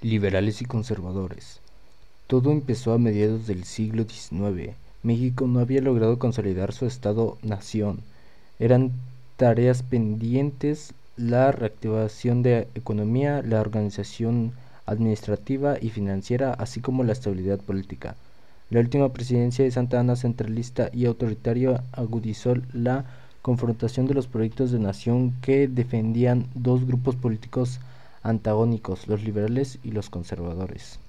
Liberales y conservadores. Todo empezó a mediados del siglo XIX. México no había logrado consolidar su Estado-nación. Eran tareas pendientes la reactivación de la economía, la organización administrativa y financiera, así como la estabilidad política. La última presidencia de Santa Anna, centralista y autoritaria, agudizó la confrontación de los proyectos de nación que defendían dos grupos políticos antagónicos, los liberales y los conservadores.